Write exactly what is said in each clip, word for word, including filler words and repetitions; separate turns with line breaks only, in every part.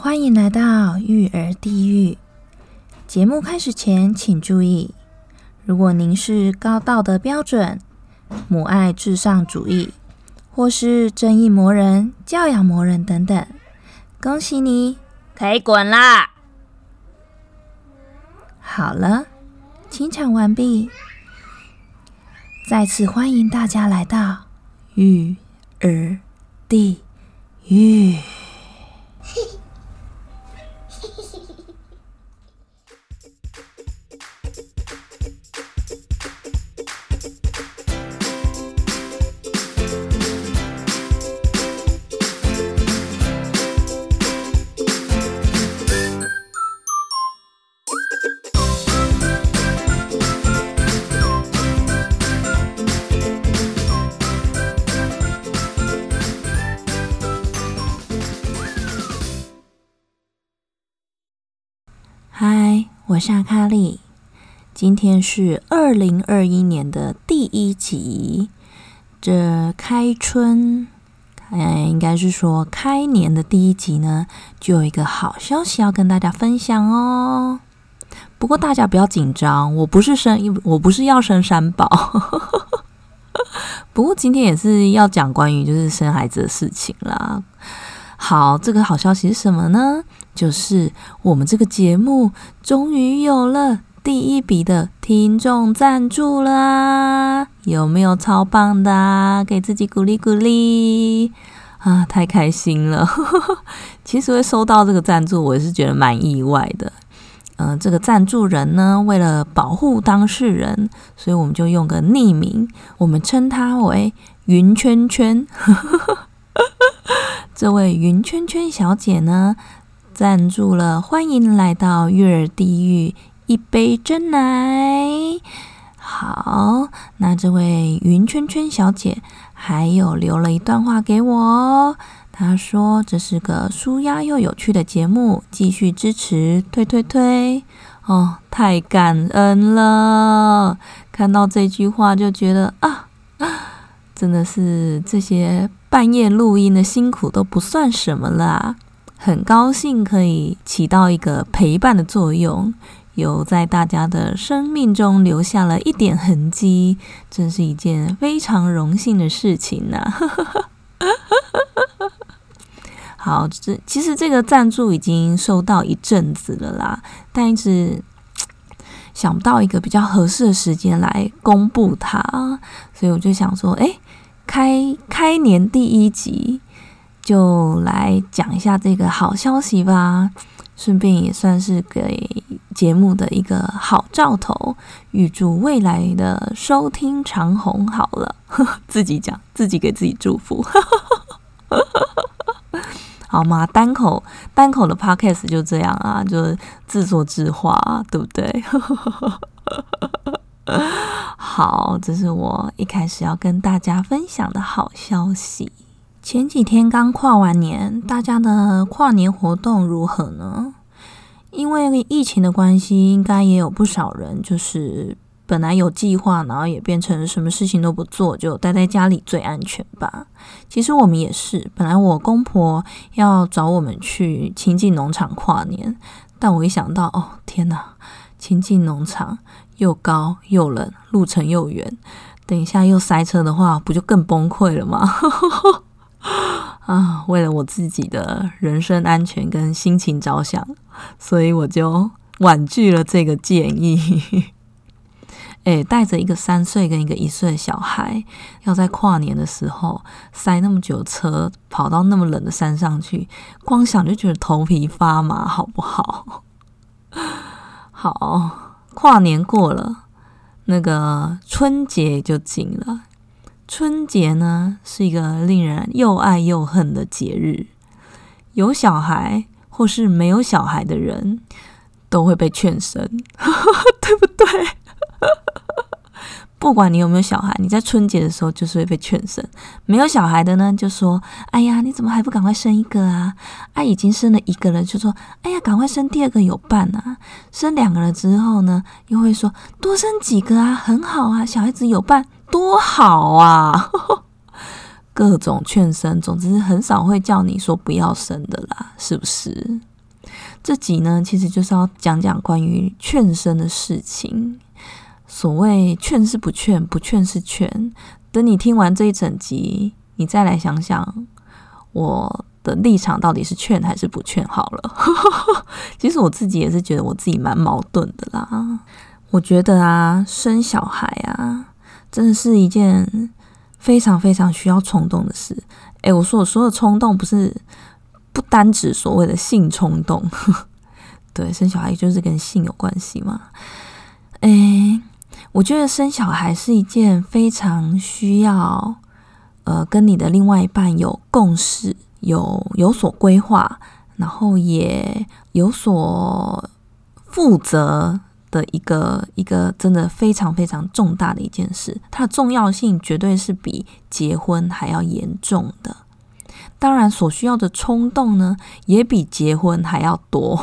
欢迎来到育儿地狱。节目开始前请注意，如果您是高道德标准、母爱至上主义，或是正义魔人、教养魔人等等，恭喜你，可以滚啦！好了，清场完毕。再次欢迎大家来到育儿地狱。嗨，我是阿卡丽，今天是二零二一年的第一集。这开春，哎，应该是说开年的第一集呢，就有一个好消息要跟大家分享哦。不过大家不要紧张，我不是生，我不是要生三宝。不过今天也是要讲关于就是生孩子的事情啦。好，这个好消息是什么呢？就是我们这个节目终于有了第一笔的听众赞助啦！有没有超棒的啊？给自己鼓励鼓励啊！太开心了。其实会收到这个赞助，我也是觉得蛮意外的。嗯、呃，这个赞助人呢，为了保护当事人，所以我们就用个匿名，我们称他为云圈圈。这位云圈圈小姐呢，赞助了欢迎来到育儿地狱一杯珍奶。好，那这位云圈圈小姐还有留了一段话给我，她说这是个舒压又有趣的节目，继续支持，推推推。哦，太感恩了，看到这句话就觉得啊真的是这些半夜录音的辛苦都不算什么啦，很高兴可以起到一个陪伴的作用，有在大家的生命中留下了一点痕迹，真是一件非常荣幸的事情啊。好，这其实这个赞助已经收到一阵子了啦，但一直想不到一个比较合适的时间来公布它，所以我就想说，哎，开开年第一集就来讲一下这个好消息吧，顺便也算是给节目的一个好兆头，预祝未来的收听长虹好了。自己讲，自己给自己祝福。好吗？单口单口的 podcast 就这样啊，就自说自话啊，对不对？好，这是我一开始要跟大家分享的好消息。前几天刚跨完年，大家的跨年活动如何呢？因为疫情的关系，应该也有不少人就是本来有计划，然后也变成什么事情都不做，就待在家里最安全吧。其实我们也是，本来我公婆要找我们去清境农场跨年，但我一想到，哦天哪，清境农场又高又冷，路程又远，等一下又塞车的话，不就更崩溃了吗？啊，为了我自己的人身安全跟心情着想，所以我就婉拒了这个建议。诶，带着一个三岁跟一个一岁的小孩，要在跨年的时候塞那么久车，跑到那么冷的山上去，光想就觉得头皮发麻，好不好？好，跨年过了，那个春节就近了。春节呢，是一个令人又爱又恨的节日，有小孩或是没有小孩的人都会被劝生，对不对？不管你有没有小孩，你在春节的时候就是会被劝生。没有小孩的呢，就说哎呀你怎么还不赶快生一个啊，啊已经生了一个了，就说哎呀赶快生第二个有伴啊。生两个了之后呢，又会说多生几个啊，很好啊，小孩子有伴多好啊。各种劝生，总之很少会叫你说不要生的啦，是不是？ 这集呢，其实就是要讲讲关于劝生的事情。所谓劝是不劝，不劝是劝。等你听完这一整集，你再来想想我的立场到底是劝还是不劝好了。其实我自己也是觉得我自己蛮矛盾的啦。我觉得啊，生小孩啊，真的是一件非常非常需要冲动的事。诶，我说我说的冲动不是不单指所谓的性冲动，对，生小孩就是跟性有关系嘛。诶，我觉得生小孩是一件非常需要呃跟你的另外一半有共识，有有所规划，然后也有所负责的一个一个真的非常非常重大的一件事，它的重要性绝对是比结婚还要严重的。当然所需要的冲动呢，也比结婚还要多。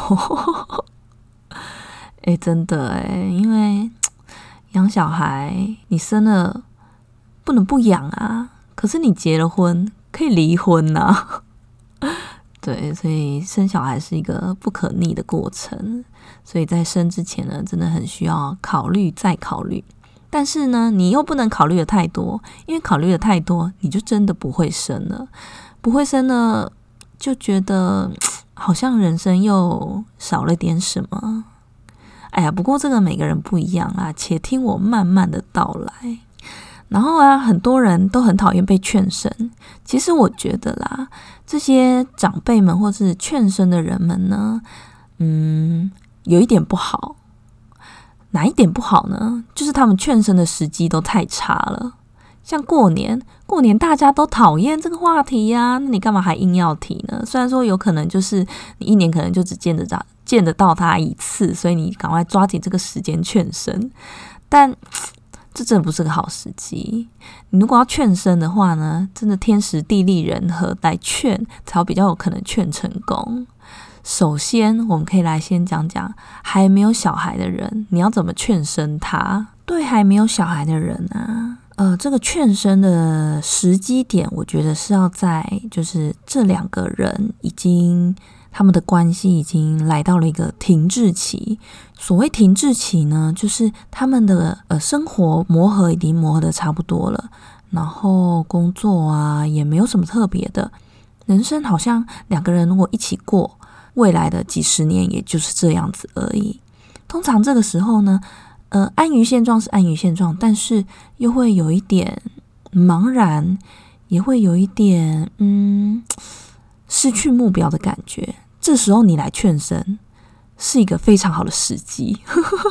哎、欸，真的哎、欸，因为养小孩你生了不能不养啊，可是你结了婚可以离婚啊。对，所以生小孩是一个不可逆的过程，所以在生之前呢，真的很需要考虑再考虑。但是呢，你又不能考虑的太多，因为考虑的太多，你就真的不会生了。不会生了，就觉得好像人生又少了点什么。哎呀，不过这个每个人不一样啦，且听我慢慢的道来。然后啊，很多人都很讨厌被劝生。其实我觉得啦，这些长辈们或是劝生的人们呢，嗯，有一点不好。哪一点不好呢？就是他们劝生的时机都太差了。像过年，过年大家都讨厌这个话题呀、啊，那你干嘛还硬要提呢？虽然说有可能就是你一年可能就只见得到见得到他一次，所以你赶快抓紧这个时间劝生，但这真的不是个好时机。你如果要劝生的话呢，真的天时地利人和来劝，才比较有可能劝成功。首先，我们可以来先讲讲还没有小孩的人，你要怎么劝生他？对还没有小孩的人啊，呃，这个劝生的时机点，我觉得是要在就是这两个人已经他们的关系已经来到了一个停滞期。所谓停滞期呢，就是他们的呃生活磨合已经磨合的差不多了，然后工作啊也没有什么特别的，人生好像两个人如果一起过，未来的几十年也就是这样子而已。通常这个时候呢，呃，安于现状是安于现状，但是又会有一点茫然，也会有一点嗯失去目标的感觉。这时候你来劝生，是一个非常好的时机。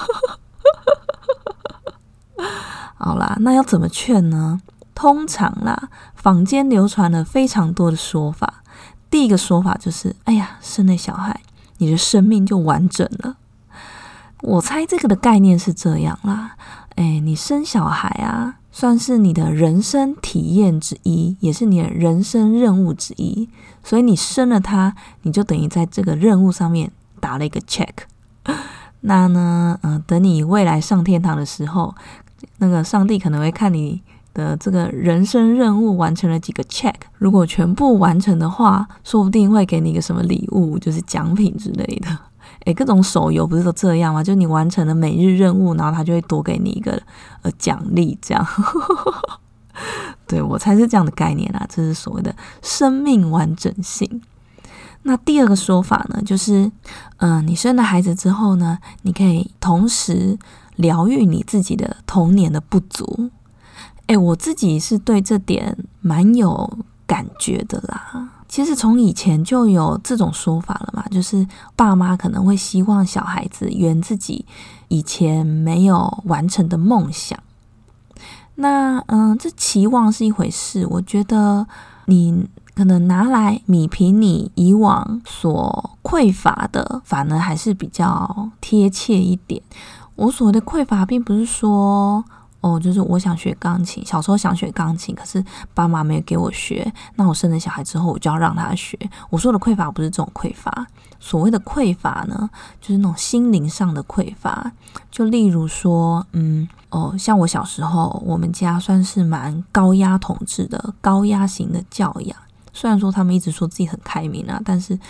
好啦，那要怎么劝呢？通常啦，坊间流传了非常多的说法。第一个说法就是，哎呀，生了小孩，你的生命就完整了。我猜这个的概念是这样啦，哎，你生小孩啊，算是你的人生体验之一，也是你的人生任务之一。所以你生了他，你就等于在这个任务上面打了一个 check。那呢，呃，等你未来上天堂的时候，那个上帝可能会看你的这个人生任务完成了几个 check， 如果全部完成的话，说不定会给你一个什么礼物，就是奖品之类的。诶，各种手游不是都这样吗？就你完成了每日任务，然后他就会多给你一个呃奖励，这样。对，我猜是这样的概念啦，这是所谓的生命完整性。那第二个说法呢，就是嗯、呃，你生了孩子之后呢，你可以同时疗愈你自己的童年的不足。诶，我自己是对这点蛮有感觉的啦。其实从以前就有这种说法了嘛，就是爸妈可能会希望小孩子圆自己以前没有完成的梦想。那嗯，这期望是一回事，我觉得你可能拿来弭平你以往所匮乏的，反而还是比较贴切一点。我所谓的匮乏，并不是说哦，就是我想学钢琴，小时候想学钢琴，可是爸妈没有给我学，那我生了小孩之后，我就要让他学。我说的匮乏不是这种匮乏，所谓的匮乏呢，就是那种心灵上的匮乏。就例如说，嗯，哦，像我小时候，我们家算是蛮高压统治的，高压型的教养。虽然说他们一直说自己很开明啊，但是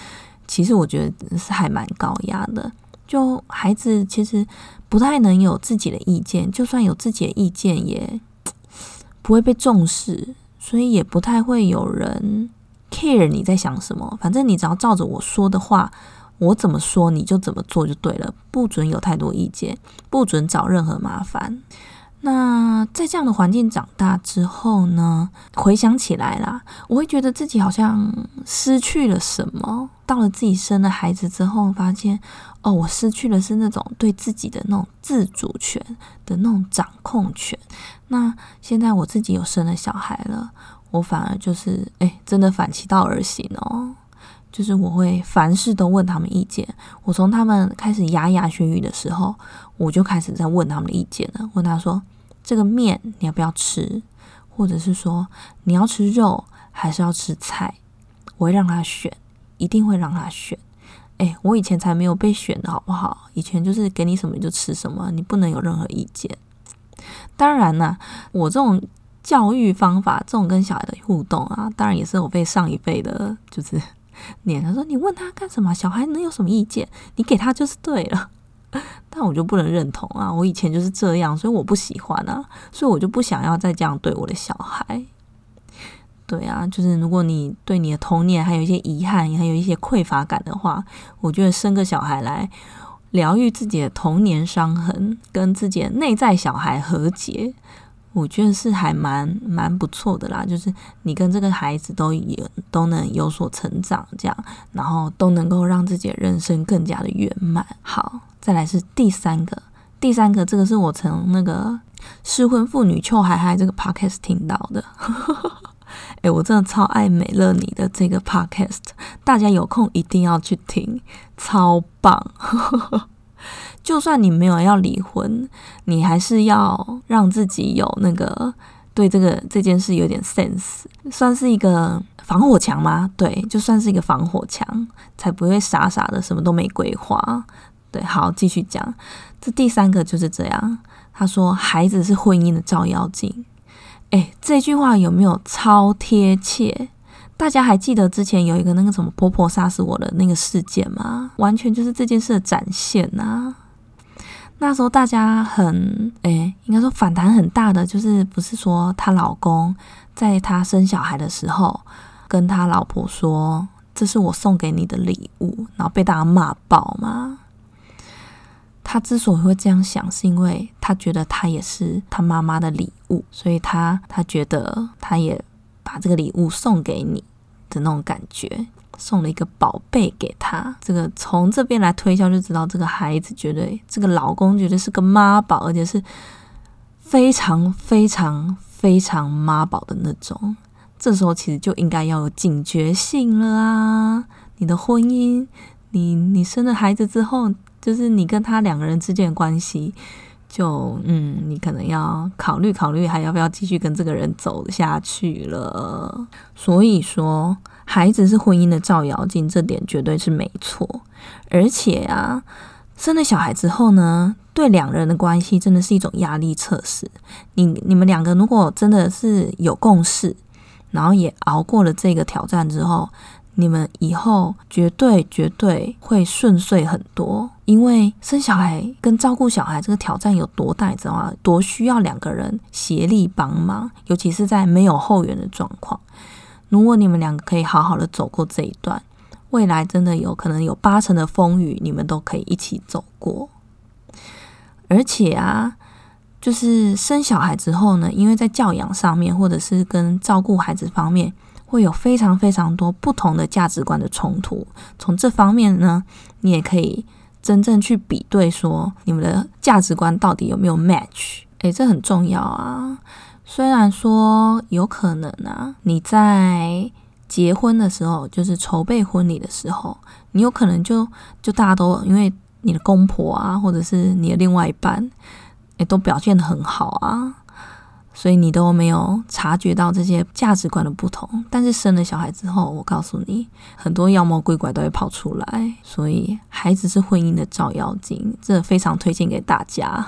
其实我觉得是还蛮高压的。就孩子其实不太能有自己的意见，就算有自己的意见也不会被重视，所以也不太会有人 care 你在想什么。反正你只要照着我说的话，我怎么说你就怎么做就对了，不准有太多意见，不准找任何麻烦。那在这样的环境长大之后呢，回想起来啦，我会觉得自己好像失去了什么。到了自己生了孩子之后，发现哦，我失去的是那种对自己的那种自主权的那种掌控权。那现在我自己有生了小孩了，我反而就是诶真的反其道而行哦。就是我会凡事都问他们意见，我从他们开始牙牙学语的时候，我就开始在问他们的意见了。问他说这个面你要不要吃，或者是说你要吃肉还是要吃菜，我会让他选，一定会让他选。诶我以前才没有被选的好不好？以前就是给你什么你就吃什么，你不能有任何意见。当然啦，我这种教育方法，这种跟小孩的互动啊，当然也是我被上一辈的就是念，他说你问他干什么，小孩能有什么意见，你给他就是对了。但我就不能认同啊，我以前就是这样，所以我不喜欢啊，所以我就不想要再这样对我的小孩。对啊，就是如果你对你的童年还有一些遗憾，还有一些匮乏感的话，我觉得生个小孩来疗愈自己的童年伤痕，跟自己的内在小孩和解，我觉得是还蛮蛮不错的啦。就是你跟这个孩子都有都能有所成长，这样，然后都能够让自己的人生更加的圆满。好，再来是第三个，第三个这个是我从那个失婚妇女秋海海这个 podcast 听到的。欸，我真的超爱美乐你的这个 podcast， 大家有空一定要去听，超棒。就算你没有要离婚，你还是要让自己有那个对这个这件事有点 sense， 算是一个防火墙吗？对，就算是一个防火墙，才不会傻傻的什么都没规划。对，好，继续讲。这第三个就是这样，他说孩子是婚姻的照妖镜。诶，这句话有没有超贴切？大家还记得之前有一个那个什么婆婆杀死我的那个事件吗？完全就是这件事的展现啊。那时候大家很诶，应该说反弹很大的，就是不是说她老公在她生小孩的时候跟她老婆说这是我送给你的礼物，然后被大家骂爆吗？他之所以会这样想，是因为他觉得他也是他妈妈的礼物，所以他他觉得他也把这个礼物送给你的那种感觉，送了一个宝贝给他。这个从这边来推销就知道，这个孩子绝对，这个老公绝对是个妈宝，而且是非常非常非常妈宝的那种。这时候其实就应该要有警觉性了啊！你的婚姻，你你生了孩子之后，就是你跟他两个人之间的关系，就嗯，你可能要考虑考虑，还要不要继续跟这个人走下去了。所以说，孩子是婚姻的照妖镜，这点绝对是没错。而且啊，生了小孩之后呢，对两人的关系真的是一种压力测试。你你们两个如果真的是有共识，然后也熬过了这个挑战之后，你们以后绝对绝对会顺遂很多。因为生小孩跟照顾小孩这个挑战有多大，你知道吗？多需要两个人协力帮忙，尤其是在没有后援的状况。如果你们两个可以好好的走过这一段，未来真的有可能有八成的风雨你们都可以一起走过。而且啊，就是生小孩之后呢，因为在教养上面或者是跟照顾孩子方面会有非常非常多不同的价值观的冲突，从这方面呢，你也可以真正去比对说你们的价值观到底有没有 match。 诶，这很重要啊。虽然说有可能啊，你在结婚的时候，就是筹备婚礼的时候，你有可能就就大家都因为你的公婆啊，或者是你的另外一半诶都表现得很好啊，所以你都没有察觉到这些价值观的不同。但是生了小孩之后，我告诉你，很多妖魔鬼怪都会跑出来。所以孩子是婚姻的照妖镜，这非常推荐给大家。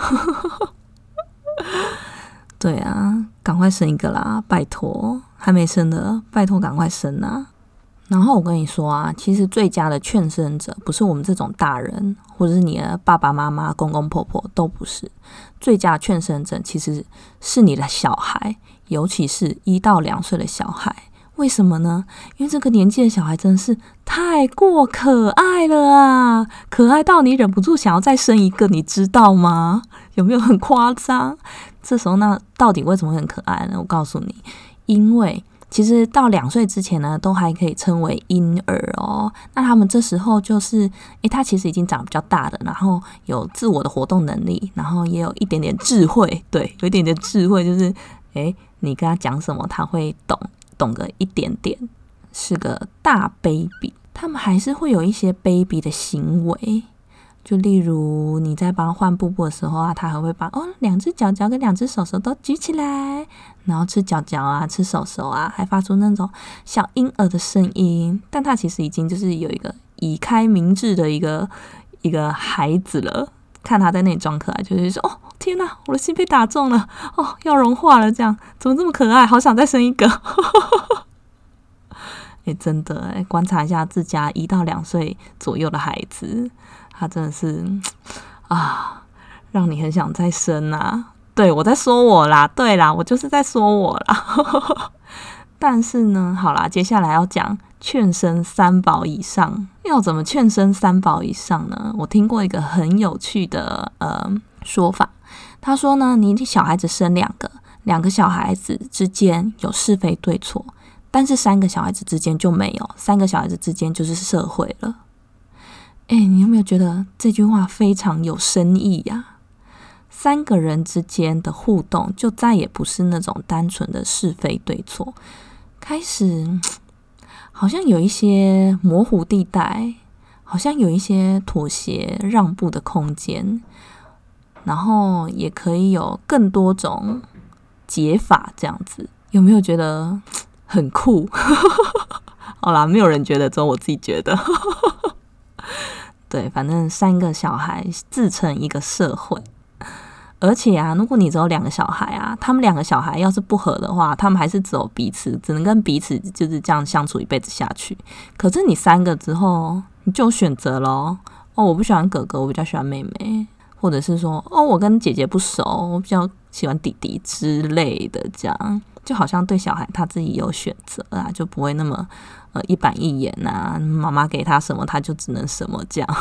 对啊，赶快生一个啦，拜托！还没生的，拜托赶快生啊！ 然后我跟你说啊，其实最佳的劝生者不是我们这种大人，或者是你的爸爸妈妈、公公婆婆，都不是。最佳的劝生者其实是你的小孩，尤其是一到两岁的小孩。为什么呢？因为这个年纪的小孩真的是太过可爱了啊，可爱到你忍不住想要再生一个，你知道吗？有没有很夸张？这时候那到底为什么会很可爱呢？我告诉你，因为其实到两岁之前呢，都还可以称为婴儿哦。那他们这时候就是，诶，他其实已经长比较大的，然后有自我的活动能力，然后也有一点点智慧，对，有一点点智慧，就是诶，你跟他讲什么，他会懂，懂个一点点，是个大 baby。他们还是会有一些 baby 的行为。就例如你在帮他换布布的时候啊，他还会把哦两只脚脚跟两只手手都举起来，然后吃脚脚啊，吃手手啊，还发出那种小婴儿的声音。但他其实已经就是有一个已开明智的一个一个孩子了。看他在那里装可爱，就是说哦天哪，我的心被打中了，哦要融化了，这样怎么这么可爱，好想再生一个。欸、真的、欸、观察一下自家一到两岁左右的孩子，他真的是啊，让你很想再生啊。对，我在说我啦，对啦，我就是在说我啦。但是呢，好啦，接下来要讲劝生三宝以上，要怎么劝生三宝以上呢？我听过一个很有趣的呃说法，他说呢，你小孩子生两个，两个小孩子之间有是非对错。但是三个小孩子之间就没有，三个小孩子之间就是社会了。哎，你有没有觉得这句话非常有深意呀、啊？三个人之间的互动就再也不是那种单纯的是非对错，开始好像有一些模糊地带，好像有一些妥协让步的空间，然后也可以有更多种解法，这样子有没有觉得很酷？好啦，没有人觉得，只有我自己觉得。对，反正三个小孩自成一个社会，而且啊，如果你只有两个小孩啊，他们两个小孩要是不合的话，他们还是只有彼此，只能跟彼此就是这样相处一辈子下去。可是你三个之后，你就有选择咯。哦，我不喜欢哥哥，我比较喜欢妹妹，或者是说，哦，我跟姐姐不熟，我比较喜欢弟弟之类的，这样就好像对小孩他自己有选择啊，就不会那么呃一板一眼啊，妈妈给他什么他就只能什么这样。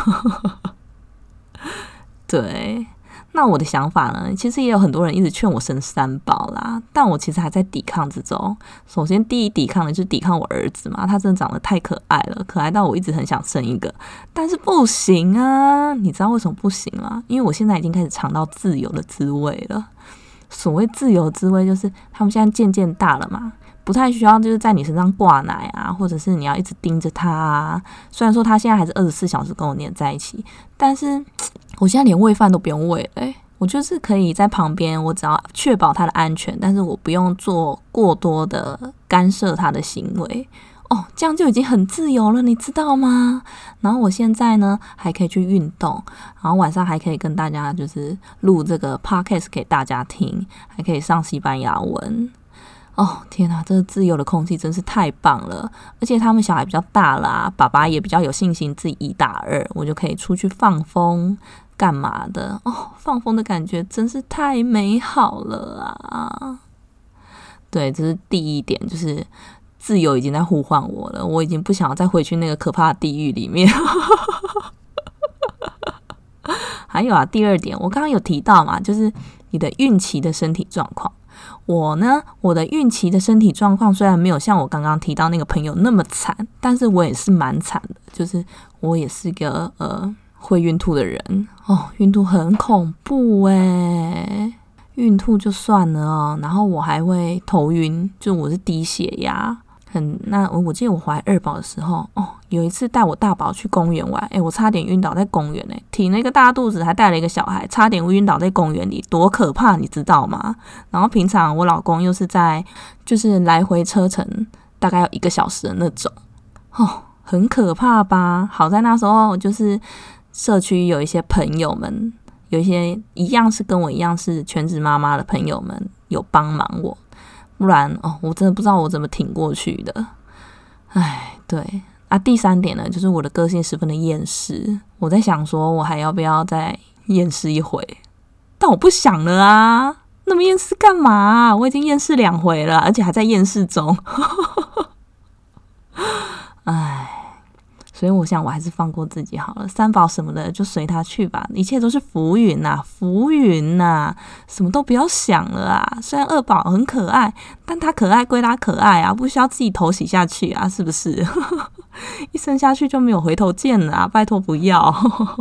对，那我的想法呢，其实也有很多人一直劝我生三宝啦，但我其实还在抵抗之中。首先第一抵抗的就是抵抗我儿子嘛，他真的长得太可爱了，可爱到我一直很想生一个，但是不行啊。你知道为什么不行吗？因为我现在已经开始尝到自由的滋味了。所谓自由滋味，就是他们现在渐渐大了嘛，不太需要就是在你身上挂奶啊，或者是你要一直盯着他啊。虽然说他现在还是二十四小时跟我黏在一起，但是我现在连喂饭都不用喂了、欸、我就是可以在旁边，我只要确保他的安全，但是我不用做过多的干涉他的行为。哦，这样就已经很自由了，你知道吗？然后我现在呢，还可以去运动，然后晚上还可以跟大家就是录这个 podcast 给大家听，还可以上西班牙文。哦，天哪，这个自由的空气真是太棒了！而且他们小孩比较大啦，爸爸也比较有信心，自己一打二，我就可以出去放风，干嘛的？哦，放风的感觉真是太美好了啊！对，这是第一点，就是自由已经在呼唤我了，我已经不想要再回去那个可怕的地狱里面。还有啊，第二点，我刚刚有提到嘛，就是你的孕期的身体状况。我呢，我的孕期的身体状况虽然没有像我刚刚提到那个朋友那么惨，但是我也是蛮惨的，就是我也是个呃会孕吐的人哦，孕吐很恐怖欸。孕吐就算了哦，然后我还会头晕，就我是低血压。很那我记得我怀二宝的时候哦，有一次带我大宝去公园玩，诶我差点晕倒在公园诶，挺了一个大肚子还带了一个小孩，差点晕倒在公园里，多可怕你知道吗？然后平常我老公又是在就是来回车程大概要一个小时的那种哦，很可怕吧？好在那时候就是社区有一些朋友们，有一些一样是跟我一样是全职妈妈的朋友们有帮忙我，不然哦，我真的不知道我怎么挺过去的。唉， 对啊，第三点呢，就是我的个性十分的厌世。我在想说，我还要不要再厌世一回？但我不想了啊，那么厌世干嘛啊？我已经厌世两回了，而且还在厌世中。唉，所以我想我还是放过自己好了，三宝什么的就随他去吧，一切都是浮云呐，浮云呐，什么都不要想了啊。虽然二宝很可爱，但他可爱归他可爱啊，不需要自己头洗下去啊，是不是？一生下去就没有回头箭了啊，拜托不要。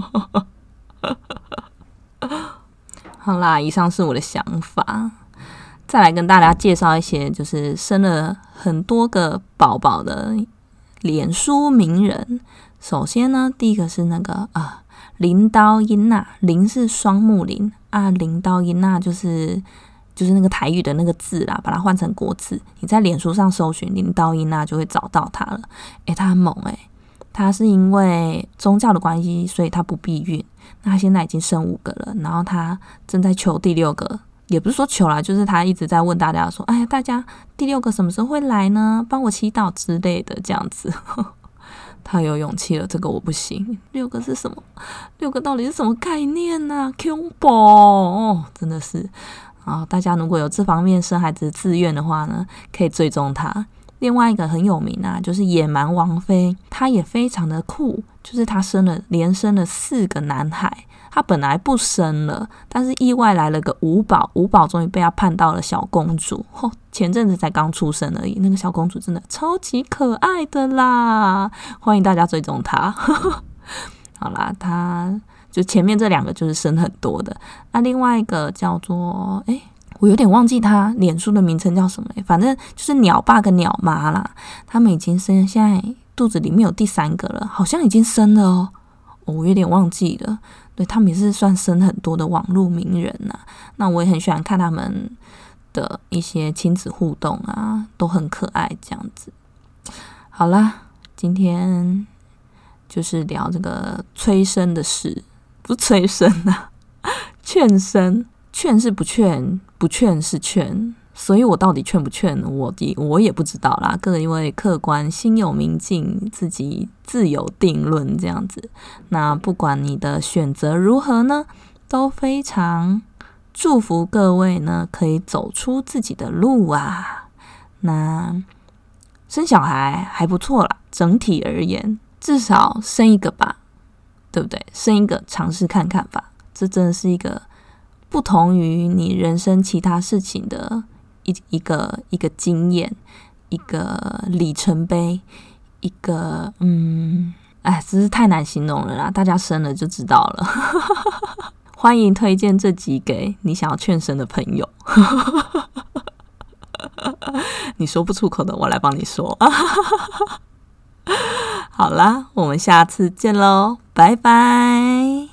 好啦，以上是我的想法。再来跟大家介绍一些就是生了很多个宝宝的脸书名人。首先呢，第一个是那个啊，林刀英娜，林是双木林啊，林刀英娜就是就是那个台语的那个字啦，把它换成国字，你在脸书上搜寻林刀英娜就会找到他了。诶，他很猛诶，他是因为宗教的关系，所以他不避孕。那他现在已经生五个了，然后他正在求第六个，也不是说求啦，就是他一直在问大家说，哎，大家第六个什么时候会来呢？帮我祈祷之类的，这样子。他有勇气了，这个我不行。六个是什么？六个到底是什么概念啊？恐怖哦，真的是啊！大家如果有这方面生孩子的志愿的话呢，可以追踪他。另外一个很有名啊，就是野蛮王妃，她也非常的酷，就是她生了连生了四个男孩。她本来不生了，但是意外来了个五宝，五宝终于被她盼到了小公主。哦，前阵子才刚出生而已，那个小公主真的超级可爱的啦！欢迎大家追踪她。好啦，她就前面这两个就是生很多的，那、啊、另外一个叫做诶我有点忘记他脸书的名称叫什么嘞，反正就是鸟爸跟鸟妈啦，他们已经生，现在肚子里面有第三个了，好像已经生了哦，哦我有点忘记了。对，他们也是算生很多的网络名人啊，那我也很喜欢看他们的一些亲子互动啊，都很可爱这样子。好啦，今天就是聊这个催生的事，不是催生啊，劝生。劝是不劝，不劝是劝，所以我到底劝不劝我我也不知道啦。各位客观心有明镜，自己自有定论这样子。那不管你的选择如何呢，都非常祝福各位呢可以走出自己的路啊。那生小孩还不错啦，整体而言至少生一个吧，对不对？生一个尝试看看吧，这真的是一个不同于你人生其他事情的一一个一个经验，一个里程碑，一个嗯，哎，真是太难形容了啦！大家生了就知道了。欢迎推荐这集给你想要劝生的朋友。你说不出口的，我来帮你说。好啦，我们下次见喽，拜拜。